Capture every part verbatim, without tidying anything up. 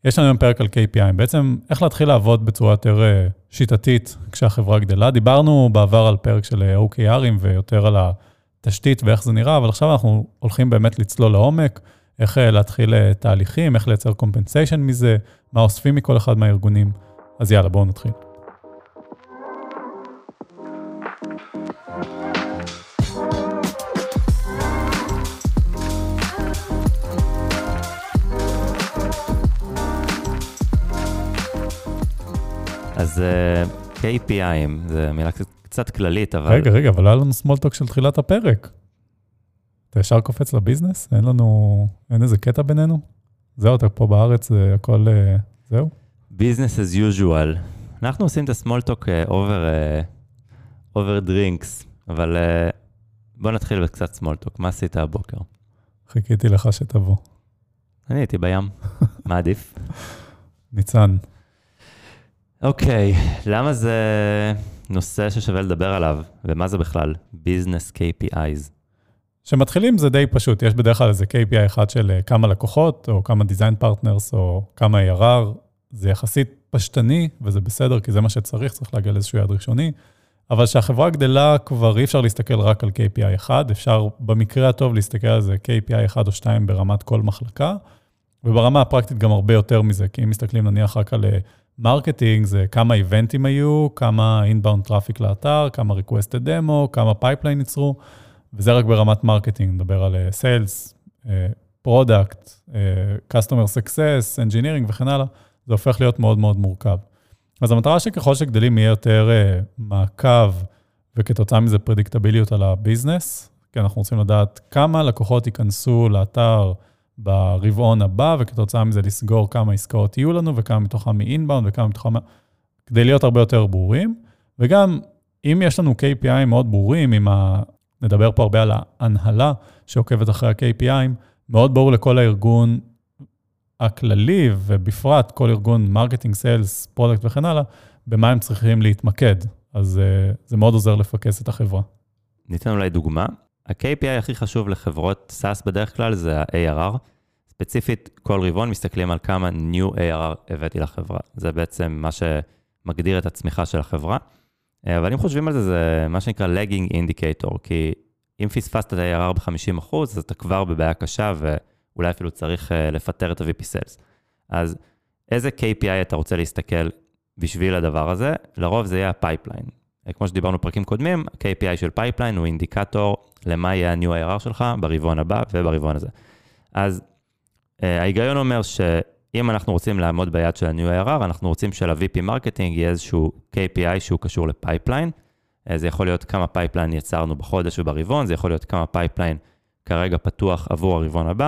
יש לנו היום פרק על קיי פי איי, בעצם איך להתחיל לעבוד בצורה יותר שיטתית כשהחברה גדלה. דיברנו בעבר על פרק של או קי ארים ויותר על התשתית ואיך זה נראה, אבל עכשיו אנחנו הולכים באמת לצלול לעומק, איך להתחיל תהליכים, איך לייצר קומפנסיישן מזה, מה אוספים מכל אחד מהארגונים. אז יאללה, בואו נתחיל. אז קיי פי איי, זו מילה קצת כללית, אבל... רגע, רגע, אבל לא היה לנו סמולטוק של תחילת הפרק. אתה ישר קופץ לביזנס? אין לנו, אין איזה קטע בינינו? זהו, אתה פה בארץ, זה הכל, זהו? Business as usual. אנחנו עושים את הסמולטוק over, over drinks, אבל בוא נתחיל בקצת סמולטוק. מה עשית הבוקר? חיכיתי לך שתבוא. אני הייתי בים. מה עדיף? ניצן. אוקיי, למה זה נושא ששווה לדבר עליו, ומה זה בכלל? Business קיי פי איז. שמתחילים זה די פשוט, יש בדרך כלל איזה קיי פי איי אחד של כמה לקוחות, או כמה design partners, או כמה איי אר אר, זה יחסית פשטני, וזה בסדר, כי זה מה שצריך, צריך להגיע לאיזשהו יעד ראשוני, אבל שהחברה גדלה כבר אי אפשר להסתכל רק על קיי פי איי אחד, אפשר במקרה הטוב להסתכל על זה קיי פי איי אחד או שתיים ברמת כל מחלקה, וברמה הפרקטית גם הרבה יותר מזה, כי אם מסתכלים נניח רק על מרקטינג, זה כמה איבנטים היו, כמה inbound traffic לאתר, כמה requested demo, כמה pipeline ייצרו, וזה רק ברמת מרקטינג, נדבר על sales, product, customer success, engineering וכן הלאה, זה הופך להיות מאוד מאוד מורכב. אז המטרה שככל שגדלים יהיה יותר מעקב, וכתוצאה מזה פרדיקטביליות על הביזנס, כי אנחנו רוצים לדעת כמה לקוחות ייכנסו לאתר ברבעון הבא, וכתוצאה מזה לסגור כמה עסקאות יהיו לנו, וכמה מתוכם מ-inbound, וכמה מתוכם, כדי להיות הרבה יותר ברורים. וגם, אם יש לנו קיי פי איי מאוד ברורים, אם ה... נדבר פה הרבה על ההנהלה שעוקבת אחרי ה-קיי פי איי, מאוד ברור לכל הארגון הכללי, ובפרט כל ארגון מרקטינג, סיילס, פרודקט וכן הלאה, במה הם צריכים להתמקד. אז זה מאוד עוזר לפקס את החברה. ניתן אולי דוגמה. ה-קיי פי איי הכי חשוב לחברות סאס בדרך כלל זה ה-איי אר אר. ספציפית, כל רבעון מסתכלים על כמה New איי אר אר הבאתי לחברה. זה בעצם מה שמגדיר את הצמיחה של החברה. אבל אם חושבים על זה, זה מה שנקרא lagging indicator, כי אם פספסת את ה-איי אר אר ב-חמישים אחוז, אז אתה כבר בבעיה קשה, ואולי אפילו צריך לפטר את ה-וי פי Sales. אז איזה קיי פי איי אתה רוצה להסתכל בשביל הדבר הזה? לרוב זה יהיה ה-pipeline. כמו שדיברנו פרקים קודמים, ה-קיי פי איי של pipeline הוא אינדיקטור למה יהיה ה-New איי אר אר שלך ברבעון הבא וברבעון הזה. אז ההיגיון אומר שאם אנחנו רוצים לעמוד ביעד של ה-New איי אר אר, אנחנו רוצים של-ה-וי פי מרקטינג יהיה איזשהו קיי פי איי שהוא קשור לפייפליין. זה יכול להיות כמה פייפליין יצרנו בחודש וברבעון, זה יכול להיות כמה פייפליין כרגע פתוח עבור הרבעון הבא,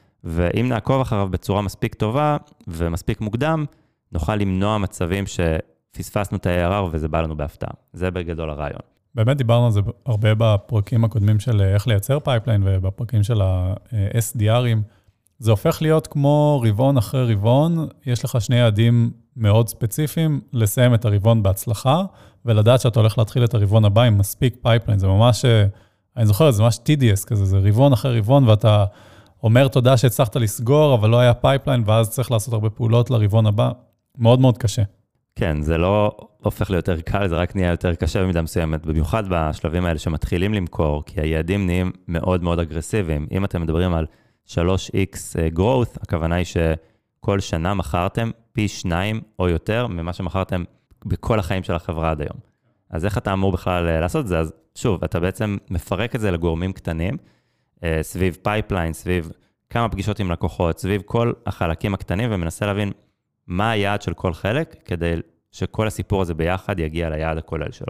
ואם נעקוב אחריו בצורה מספיק טובה ומספיק מוקדם, נוכל למנוע מצבים שפספסנו את ה-איי אר אר וזה בא לנו בהפתעה. זה בגדול הרעיון. באמת דיברנו על זה הרבה בפרקים הקודמים של איך לייצר פייפליין ובפרקים של ה-אס די ארים. זה הופך להיות כמו רבעון אחרי רבעון, יש לך שני יעדים מאוד ספציפיים, לסיים את הרבעון בהצלחה, ולדעת שאתה הולך להתחיל את הרבעון הבא עם מספיק פייפליין. זה ממש, אני זוכר, זה ממש טי די אס כזה, זה רבעון אחרי רבעון, ואתה אומר תודה שהצלחת לסגור, אבל לא היה פייפליין, ואז צריך לעשות הרבה פעולות לרבעון הבא. מאוד מאוד קשה. כן, זה לא הופך ליותר קל, זה רק נהיה יותר קשה במידה מסוימת, במיוחד בשלבים האלה שמתחילים למכור, כי היעדים נהיים מאוד מאוד אגרסיביים. אם אתם מדברים על שלוש איקס growth, הכוונה היא שכל שנה מכרתם פי שניים או יותר ממה שמכרתם בכל החיים של החברה עד היום. אז איך אתה אמור בכלל לעשות את זה? אז שוב, אתה בעצם מפרק את זה לגורמים קטנים, סביב פייפליין, סביב כמה פגישות עם לקוחות, סביב כל החלקים הקטנים, ומנסה להבין מה היעד של כל חלק, כדי שכל הסיפור הזה ביחד יגיע ליעד הכולל שלו.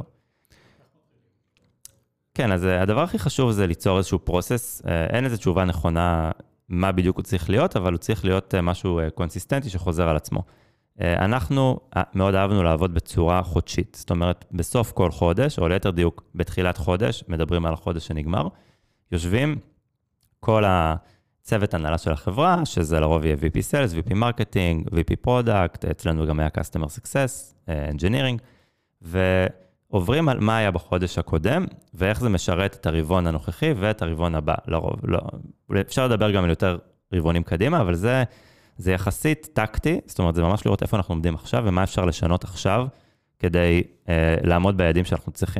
כן, אז הדבר הכי חשוב זה ליצור איזשהו פרוסס, אין איזו תשובה נכונה מה בדיוק הוא צריך להיות, אבל הוא צריך להיות משהו קונסיסטנטי שחוזר על עצמו. אנחנו מאוד אהבנו לעבוד בצורה חודשית, זאת אומרת, בסוף כל חודש, או ליתר דיוק בתחילת חודש, מדברים על החודש שנגמר, יושבים כל הצוות הנהלה של החברה, שזה לרוב יהיה וי פי Sales, וי פי Marketing, וי פי Product, אצלנו גם היה Customer Success, Engineering, ועוברים על מה היה בחודש הקודם, ואיך זה משרת את הרבעון הנוכחי ואת הרבעון הבא, לרוב. לא, אפשר לדבר גם על יותר רבעונים קדימה, אבל זה, זה יחסית טקטי, זאת אומרת, זה ממש לראות איפה אנחנו עומדים עכשיו, ומה אפשר לשנות עכשיו, כדי אה, לעמוד ביעדים שאנחנו צריכים.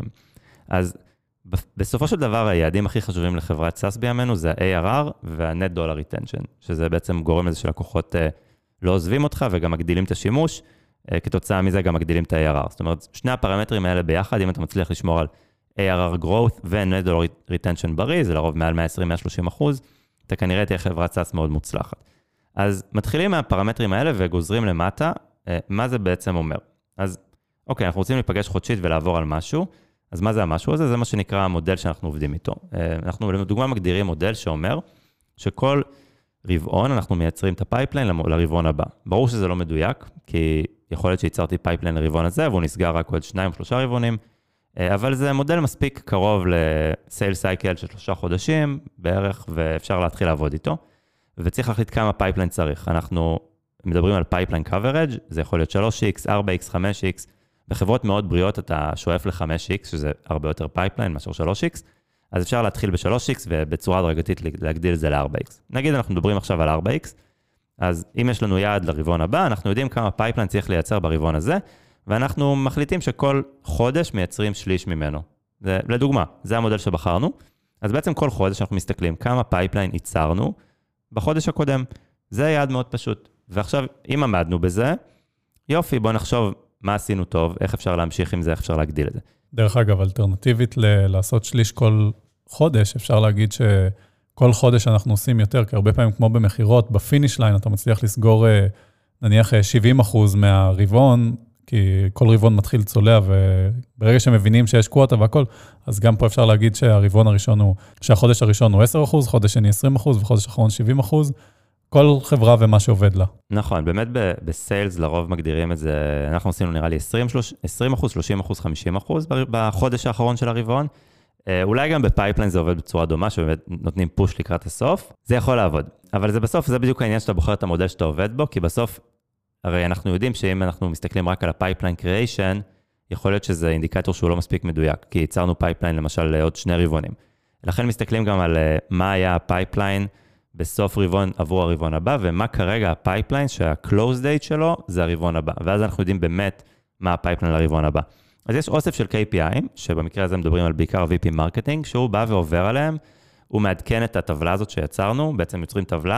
אז בסופו של דבר, היעדים הכי חשובים לחברת סאס בימינו, זה ה-איי אר אר וה-Net Dollar Retention, שזה בעצם גורם לזה שלקוחות אה, לא עוזבים אותך, וגם מגדילים את השימוש, אה, כתוצאה מזה גם מגדילים את ה-איי אר אר. זאת אומרת, שני הפרמטרים האלה ביחד, אם אתה מצליח לשמור על איי אר אר growth ו-Net Dollar Retention בריא, זה לרוב מעל מאה עשרים עד מאה שלושים אחוז, אתה כנראה תהיה חברת סאס מאוד מוצלחת. אז מתחילים מהפרמטרים האלה וגוזרים למטה, מה זה בעצם אומר. אז אוקיי, אנחנו רוצים להיפגש חודשית ולעבור על משהו, אז מה זה המשהו הזה? זה מה שנקרא המודל שאנחנו עובדים איתו. אנחנו לדוגמה מגדירים מודל שאומר שכל רבעון אנחנו מייצרים את הפייפליין לרבעון הבא. ברור שזה לא מדויק, כי יכול להיות שייצרתי פייפליין לרבעון הזה, והוא נסגר רק עוד שניים או שלושה רבעונים, אבל זה מודל מספיק קרוב לסייל סייקל של שלושה חודשים בערך, ואפשר להתחיל לעבוד איתו, וצריך להחליט כמה פייפליין צריך. אנחנו מדברים על פייפליין coverage, זה יכול להיות שלוש איקס, ארבע איקס, חמש איקס, בחברות מאוד בריאות אתה שואף ל-חמש איקס, שזה הרבה יותר פייפליין מאשר שלוש איקס, אז אפשר להתחיל ב-שלוש איקס, ובצורה הדרגתית להגדיל את זה ל-ארבע איקס. נגיד אנחנו מדברים עכשיו על ארבע איקס, אז אם יש לנו יעד לרבעון הבא, אנחנו יודעים כמה פייפליין צריך לייצר ברבעון הזה, ואנחנו מחליטים שכל חודש מייצרים שליש ממנו. זה, לדוגמה, זה המודל שבחרנו, אז בעצם כל חודש אנחנו מסתכלים כמה פייפליין ייצרנו בחודש הקודם. זה יעד מאוד פשוט. ועכשיו, אם עמדנו בזה, יופי, בוא נחשוב מה עשינו טוב, איך אפשר להמשיך עם זה, איך אפשר להגדיל את זה. דרך אגב, אלטרנטיבית ל- לעשות שליש כל חודש, אפשר להגיד שכל חודש אנחנו עושים יותר, כי הרבה פעמים כמו במחירות, בפיניש ליין אתה מצליח לסגור נניח שבעים אחוז מהרבעון, כי כל רבעון מתחיל צולע, וברגע שמבינים שיש קווטה והכל, אז גם פה אפשר להגיד שהרבעון הראשון הוא, שהחודש הראשון הוא עשרה אחוז, חודש שני עשרים אחוז, וחודש אחרון שבעים אחוז, כל חברה ומה שעובד לה. נכון, באמת בסיילס לרוב מגדירים את זה, אנחנו עשינו נראה לי עשרים אחוז, שלושים אחוז, חמישים אחוז בחודש האחרון של הרבעון, אולי גם בפייפליין זה עובד בצורה דומה, שבאמת נותנים פוש לקראת הסוף, זה יכול לעבוד, אבל זה בסוף, זה בדיוק העניין שאתה בוחר את המודל שאתה עובד בו, כי בסוף הרי אנחנו יודעים שאם אנחנו מסתכלים רק על ה-pipeline creation, יכול להיות שזה אינדיקטור שהוא לא מספיק מדויק, כי ייצרנו pipeline למשל לעוד שני רבעונים. לכן מסתכלים גם על מה היה ה-pipeline בסוף רבעון עבור הרבעון הבא, ומה כרגע ה-pipeline שה-close date שלו זה הרבעון הבא. ואז אנחנו יודעים באמת מה ה-pipeline לרבעון הבא. אז יש אוסף של קיי פי איי, שבמקרה הזה מדברים על בעיקר וי פי מרקטינג, שהוא בא ועובר עליהם, הוא מעדכן את הטבלה הזאת שיצרנו, בעצם יוצרים טבלה,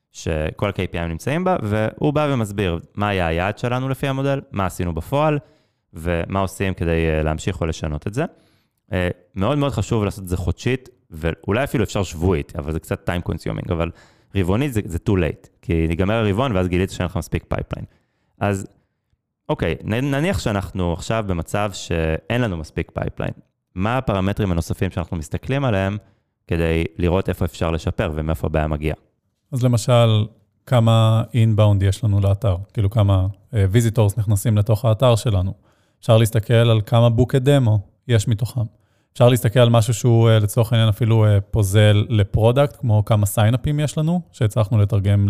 שכל ה-קיי פי איי נמצאים בה, והוא בא ומסביר מה היה היעד שלנו לפי המודל, מה עשינו בפועל, ומה עושים כדי להמשיך או לשנות את זה. מאוד מאוד חשוב לעשות את זה חודשית, ואולי אפילו אפשר שבועית, אבל זה קצת time consuming, אבל רבעונית זה, זה too late, כי ניגמר הרבעון, ואז גילית שאין לך מספיק פייפליין. אז, אוקיי, נניח שאנחנו עכשיו במצב שאין לנו מספיק פייפליין. מה הפרמטרים הנוספים שאנחנו מסתכלים עליהם, כדי לראות איפה אפשר לשפר, ומאיפה הבעיה מגיעה? אז למשל, כמה inbound יש לנו לאתר, כאילו כמה visitors נכנסים לתוך האתר שלנו. אפשר להסתכל על כמה בוקי דמו יש מתוכם. אפשר להסתכל על משהו שהוא לצורך העניין אפילו פוזל לפרודקט, כמו כמה סיינאפים יש לנו, שהצלחנו לתרגם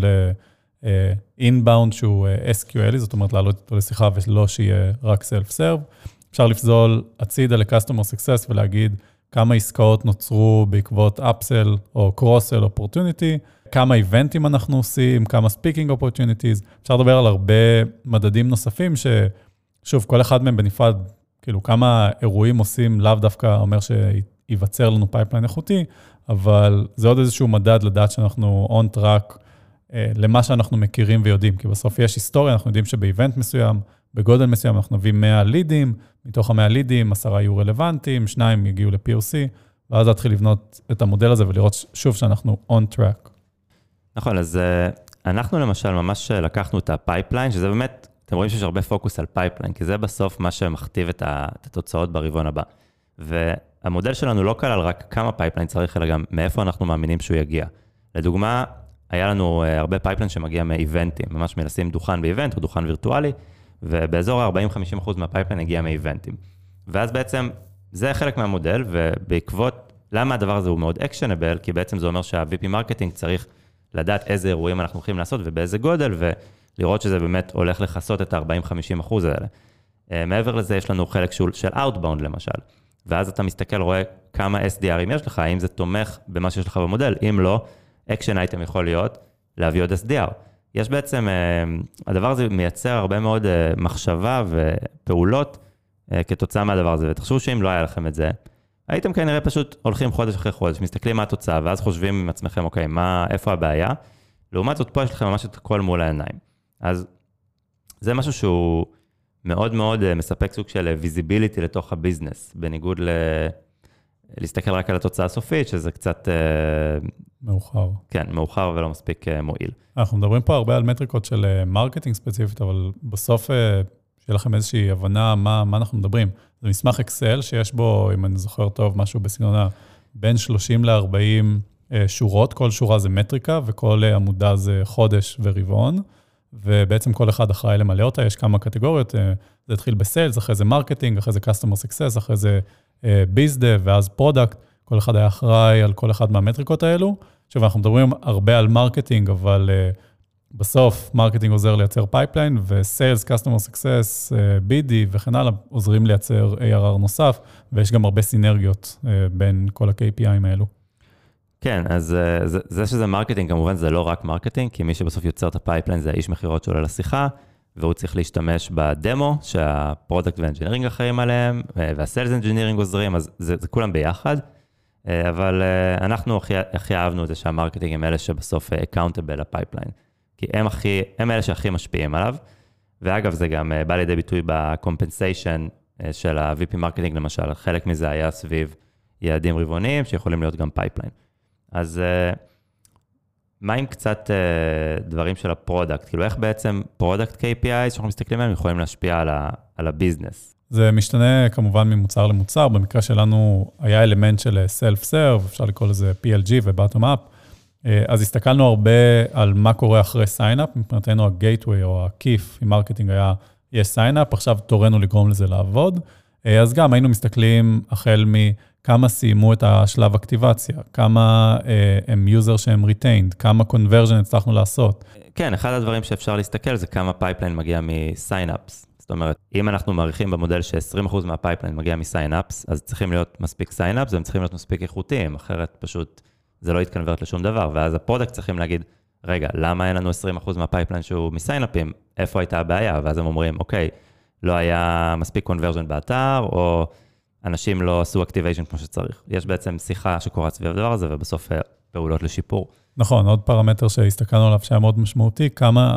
ל-inbound שהוא אס קיו אל, זאת אומרת לעלות אותו לשיחה ולא שיהיה רק self-serve. אפשר לפזול הצידה ל-customer success ולהגיד כמה עסקאות נוצרו בעקבות upsell או cross-sell opportunity, כמה איבנטים אנחנו עושים, כמה speaking opportunities. אפשר לדבר על הרבה מדדים נוספים ששוב, כל אחד מהם בנפרד, כאילו כמה אירועים עושים, לאו דווקא אומר שיווצר לנו פייפליין איכותי, אבל זה עוד איזשהו מדד לדעת שאנחנו on track אה, למה שאנחנו מכירים ויודעים, כי בסוף יש היסטוריה, אנחנו יודעים שבאיבנט מסוים, בגודל מסוים אנחנו נביא מאה לידים, מתוך ה-מאה לידים, עשרה יהיו רלוונטיים, שניים יגיעו ל-פי או סי, ואז להתחיל לבנות את המודל הזה ולראות שוב שאנחנו on track. נכון, אז אנחנו למשל ממש לקחנו את הפייפליין, שזה באמת, אתם רואים שיש הרבה פוקוס על פייפליין, כי זה בסוף מה שמכתיב את התוצאות ברבעון הבא. והמודל שלנו לא כלל רק כמה פייפליין צריך, אלא גם מאיפה אנחנו מאמינים שהוא יגיע. לדוגמה, היה לנו הרבה פייפליין שמגיע מאיבנטים, ממש מלשים דוכן באיבנט או דוכן וירטואלי, ובאזור ה-ארבעים עד חמישים אחוז מהפייפליין הגיע מאיבנטים. ואז בעצם זה חלק מהמודל, ובעקבות, למה הדבר הזה הוא מאוד actionable, כי בעצם זה אומר שה-וי פי מרקטינג צריך לדעת איזה אירועים אנחנו הולכים לעשות ובאיזה גודל, ולראות שזה באמת הולך לחסות את ה-ארבעים עד חמישים אחוז האלה. מעבר לזה יש לנו חלק של Outbound למשל, ואז אתה מסתכל, רואה כמה אס די ארים יש לך, האם זה תומך במה שיש לך במודל, אם לא, Action Item יכול להיות להביא עוד אס די אר, יש בעצם, הדבר הזה מייצר הרבה מאוד מחשבה ופעולות כתוצאה מהדבר הזה, ותחשבו שאם לא היה לכם את זה, הייתם כנראה פשוט הולכים חודש אחרי חודש, מסתכלים מה התוצאה, ואז חושבים עם עצמכם, אוקיי, מה, איפה הבעיה? לעומת זאת, פה יש לכם ממש את הכל מול העיניים. אז זה משהו שהוא מאוד מאוד מספק סוג של ויזיביליטי לתוך הביזנס, בניגוד ל... להסתכל רק על התוצאה הסופית, שזה קצת... מאוחר. כן, מאוחר ולא מספיק מועיל. אנחנו מדברים פה הרבה על מטריקות של מרקטינג ספציפית, אבל בסוף שיהיה לכם איזושהי הבנה מה, מה אנחנו מדברים. זה מסמך אקסל שיש בו, אם אני זוכר טוב, משהו בסגנון בין שלושים ל-ארבעים שורות, כל שורה זה מטריקה, וכל עמודה זה חודש ורבעון, ובעצם כל אחד אחראי למלא אותה, יש כמה קטגוריות, זה התחיל בסיילס, אחרי זה מרקטינג, אחרי זה customer success, אחרי זה ביזדב, ואז פרודקט, כל אחד היה אחראי על כל אחד מהמטריקות האלו. עכשיו, אנחנו מדברים הרבה על מרקטינג, אבל uh, בסוף מרקטינג עוזר לייצר פייפליין, וסיילס, customer success, בי די וכן הלאה, עוזרים לייצר איי אר אר נוסף, ויש גם הרבה סינרגיות uh, בין כל ה-קיי פי איי האלו. כן, אז uh, זה, זה שזה מרקטינג, כמובן זה לא רק מרקטינג, כי מי שבסוף יוצר את הפייפליין זה האיש מחירות שעולה לשיחה, והוא צריך להשתמש בדמו, שהפרודקט ואנג'ינירינג אחראים עליהם, והסיילס אנג'ינירינג עוזרים, אז זה, זה כולם ביחד. אבל אנחנו הכי, הכי אהבנו את זה שהמרקטינג הם אלה שבסוף accountable לפייפליין, כי הם, הכי, הם אלה שהכי משפיעים עליו, ואגב זה גם בא לידי ביטוי בקומפנסיישן של ה-וי פי מרקטינג למשל, חלק מזה היה סביב יעדים רבעוניים שיכולים להיות גם פייפליין. אז מה עם קצת דברים של הפרודקט? כאילו איך בעצם פרודקט קיי פי איי שאנחנו מסתכלים עליהם יכולים להשפיע על, ה, על הביזנס? זה משתנה כמובן ממוצר למוצר, במקרה שלנו היה אלמנט של self-serve, אפשר לקרוא לזה פי אל ג'י ו-bottom-up, אז הסתכלנו הרבה על מה קורה אחרי sign-up, מבחינתנו ה-gateway או ה-כיף עם מרקטינג היה, יש sign-up, עכשיו תורנו לגרום לזה לעבוד, אז גם היינו מסתכלים החל מכמה סיימו את השלב אקטיבציה, כמה הם user שהם retained, כמה conversion הצלחנו לעשות. כן, אחד הדברים שאפשר להסתכל זה כמה pipeline מגיע מ-sign-ups. זאת אומרת, אם אנחנו מעריכים במודל ש-עשרים אחוז מהפייפליין מגיע מ-sign-ups, אז צריכים להיות מספיק sign-ups, והם צריכים להיות מספיק איכותיים, אחרת פשוט זה לא יתקנברט לשום דבר, ואז הפרודקט צריכים להגיד, רגע, למה אין לנו עשרים אחוז מהפייפליין שהוא מ-sign-upים? איפה הייתה הבעיה? ואז הם אומרים, אוקיי, לא היה מספיק conversion באתר, או אנשים לא עשו activation כמו שצריך. יש בעצם שיחה שקורית סביב הדבר הזה, ובסוף פעולות לשיפור. נכון, עוד פרמטר שהסתכלנו עליו שהיה מאוד משמעותי, כמה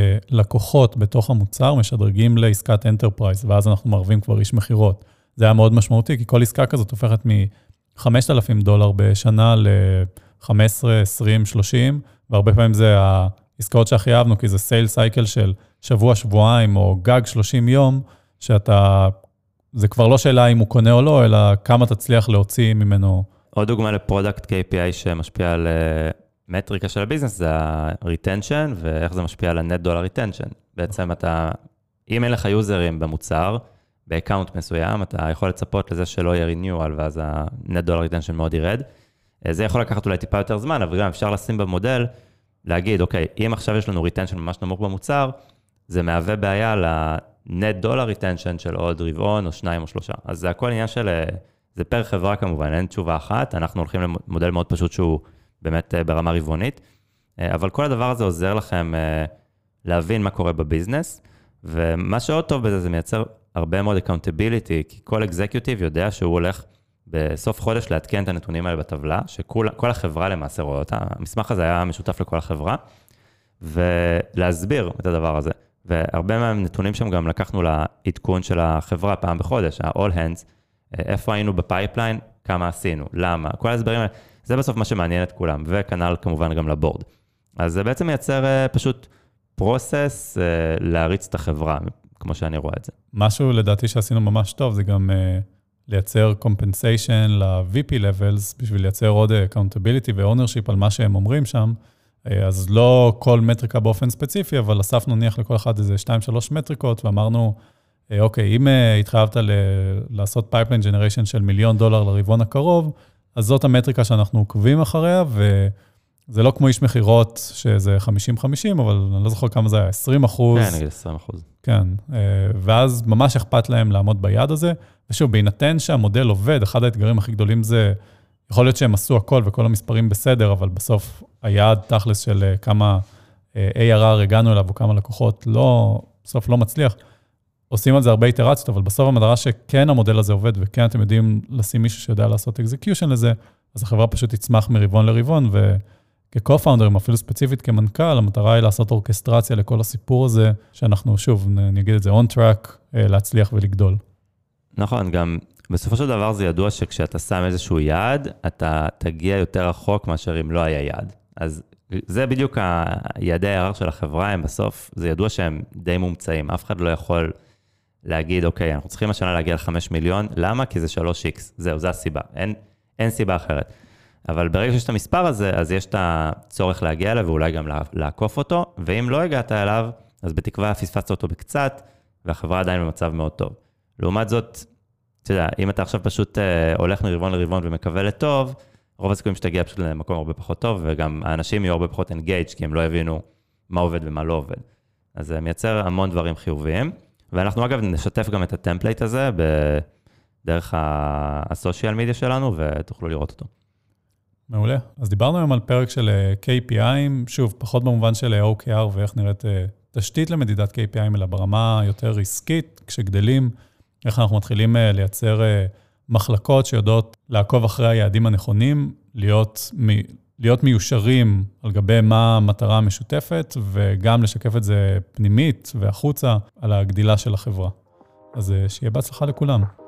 לקוחות בתוך המוצר משדרגים לעסקת אנטרפרייז, ואז אנחנו מערבים כבר איש מחירות. זה היה מאוד משמעותי, כי כל עסקה כזאת הופכת מ-חמשת אלפים דולר בשנה ל-חמש עשרה, עשרים, שלושים, והרבה פעמים זה העסקאות שהכי אהבנו, כי זה סייל סייקל של שבוע, שבועיים, או גג שלושים יום, שאתה, זה כבר לא שאלה אם הוא קונה או לא, אלא כמה תצליח להוציא ממנו. עוד דוגמה לפרודקט קיי פי איי שמשפיע על מטריקה של הביזנס, זה ה-retention, ואיך זה משפיע על ה-net dollar retention. בעצם אתה, אם אין לך יוזרים במוצר, באקאונט מסוים, אתה יכול לצפות לזה שלא יהיה renewal, ואז ה-net dollar retention מאוד ירד. זה יכול לקחת אולי טיפה יותר זמן, אבל גם אפשר לשים במודל, להגיד, אוקיי, אם עכשיו יש לנו retention ממש נמוך במוצר, זה מהווה בעיה ל-net dollar retention של עוד רבעון, או שניים או שלושה. אז זה הכל עניין של, זה פר חברה כמובן, אין תשובה אחת, אנחנו הולכים למודל מאוד פשוט שהוא באמת ברמה רבעונית, אבל כל הדבר הזה עוזר לכם להבין מה קורה בביזנס, ומה שעוד טוב בזה זה מייצר הרבה מאוד accountability, כי כל אקזקיוטיב יודע שהוא הולך בסוף חודש להתקן את הנתונים האלה בטבלה, שכל החברה למעשה רואה אותה, המסמך הזה היה משותף לכל החברה, ולהסביר את הדבר הזה. והרבה מהנתונים שם גם לקחנו לעדכון של החברה פעם בחודש, ה-all hands, איפה היינו בפייפליין, כמה עשינו, למה, כל ההסברים האלה, זה בסוף מה שמעניין את כולם, וכנ"ל כמובן גם לבורד. אז זה בעצם מייצר פשוט פרוסס להריץ את החברה, כמו שאני רואה את זה. משהו לדעתי שעשינו ממש טוב, זה גם לייצר compensation ל-וי פי levels, בשביל לייצר עוד accountability ו-ownership על מה שהם אומרים שם, אז לא כל מטריקה באופן ספציפי, אבל אספנו נניח לכל אחד איזה שתיים שלוש מטריקות, ואמרנו, אוקיי, אם התחייבת לעשות pipeline generation של מיליון דולר לרבעון הקרוב, אז זאת המטריקה שאנחנו עוקבים אחריה, וזה לא כמו איש מחירות, שזה חמישים חמישים, אבל אני לא זוכר כמה זה היה, עשרים אחוז. כן, נגיד עשרים אחוז. כן, ואז ממש אכפת להם לעמוד ביעד הזה, ושוב, בהינתן שהמודל עובד, אחד האתגרים הכי גדולים זה, יכול להיות שהם עשו הכל וכל המספרים בסדר, אבל בסוף היעד תכלס של כמה איי אר אר הגענו אליו, או כמה לקוחות, לא, בסוף לא מצליח. עושים על זה הרבה איטרציות, אבל בסוף המטרה שכן המודל הזה עובד, וכן אתם יודעים לשים מישהו שיודע לעשות execution לזה, אז החברה פשוט תצמח מרבעון לרבעון, וכ-co-founderים, אפילו ספציפית כמנכ"ל, המטרה היא לעשות אורקסטרציה לכל הסיפור הזה, שאנחנו, שוב, נגיד את זה on track, להצליח ולגדול. נכון, גם בסופו של דבר זה ידוע שכשאתה שם איזשהו יעד, אתה תגיע יותר רחוק מאשר אם לא היה יעד. אז זה בדיוק היעדי הערר של החברה, הם בסוף, זה ידוע שהם די מומצאים, אף אחד לא יכול להגיד, אוקיי, אנחנו צריכים השנה להגיע ל-חמישה מיליון, למה? כי זה שלוש איקס, זהו, זו הסיבה, אין, אין סיבה אחרת. אבל ברגע שיש את המספר הזה, אז יש את הצורך להגיע אליו, ואולי גם לעקוף אותו, ואם לא הגעת אליו, אז בתקווה פספסת אותו בקצת, והחברה עדיין במצב מאוד טוב. לעומת זאת, אתה יודע, אם אתה עכשיו פשוט אה, הולך מרבעון לרבעון ומקווה לטוב, רוב הסיכויים שתגיע פשוט למקום הרבה פחות טוב, וגם האנשים יהיו הרבה פחות engaged, כי הם לא הבינו מה עובד ומה לא עובד. אז זה מייצר המון דברים חיוביים, ואנחנו אגב נשתף גם את הטמפלייט הזה בדרך הסושיאל מדיה שלנו, ותוכלו לראות אותו. מעולה. אז דיברנו היום על פרק של קיי פי אי'ים, שוב, פחות במובן של או קי אר ואיך נראית תשתית למדידת קיי פי אי'ים, אלא ברמה יותר עסקית, כשגדלים, איך אנחנו מתחילים לייצר מחלקות שיודעות לעקוב אחרי היעדים הנכונים, להיות, להיות מיושרים על גבי מה המטרה המשותפת, וגם לשקף את זה פנימית והחוצה על הגדילה של החברה. אז שיהיה בהצלחה לכולם.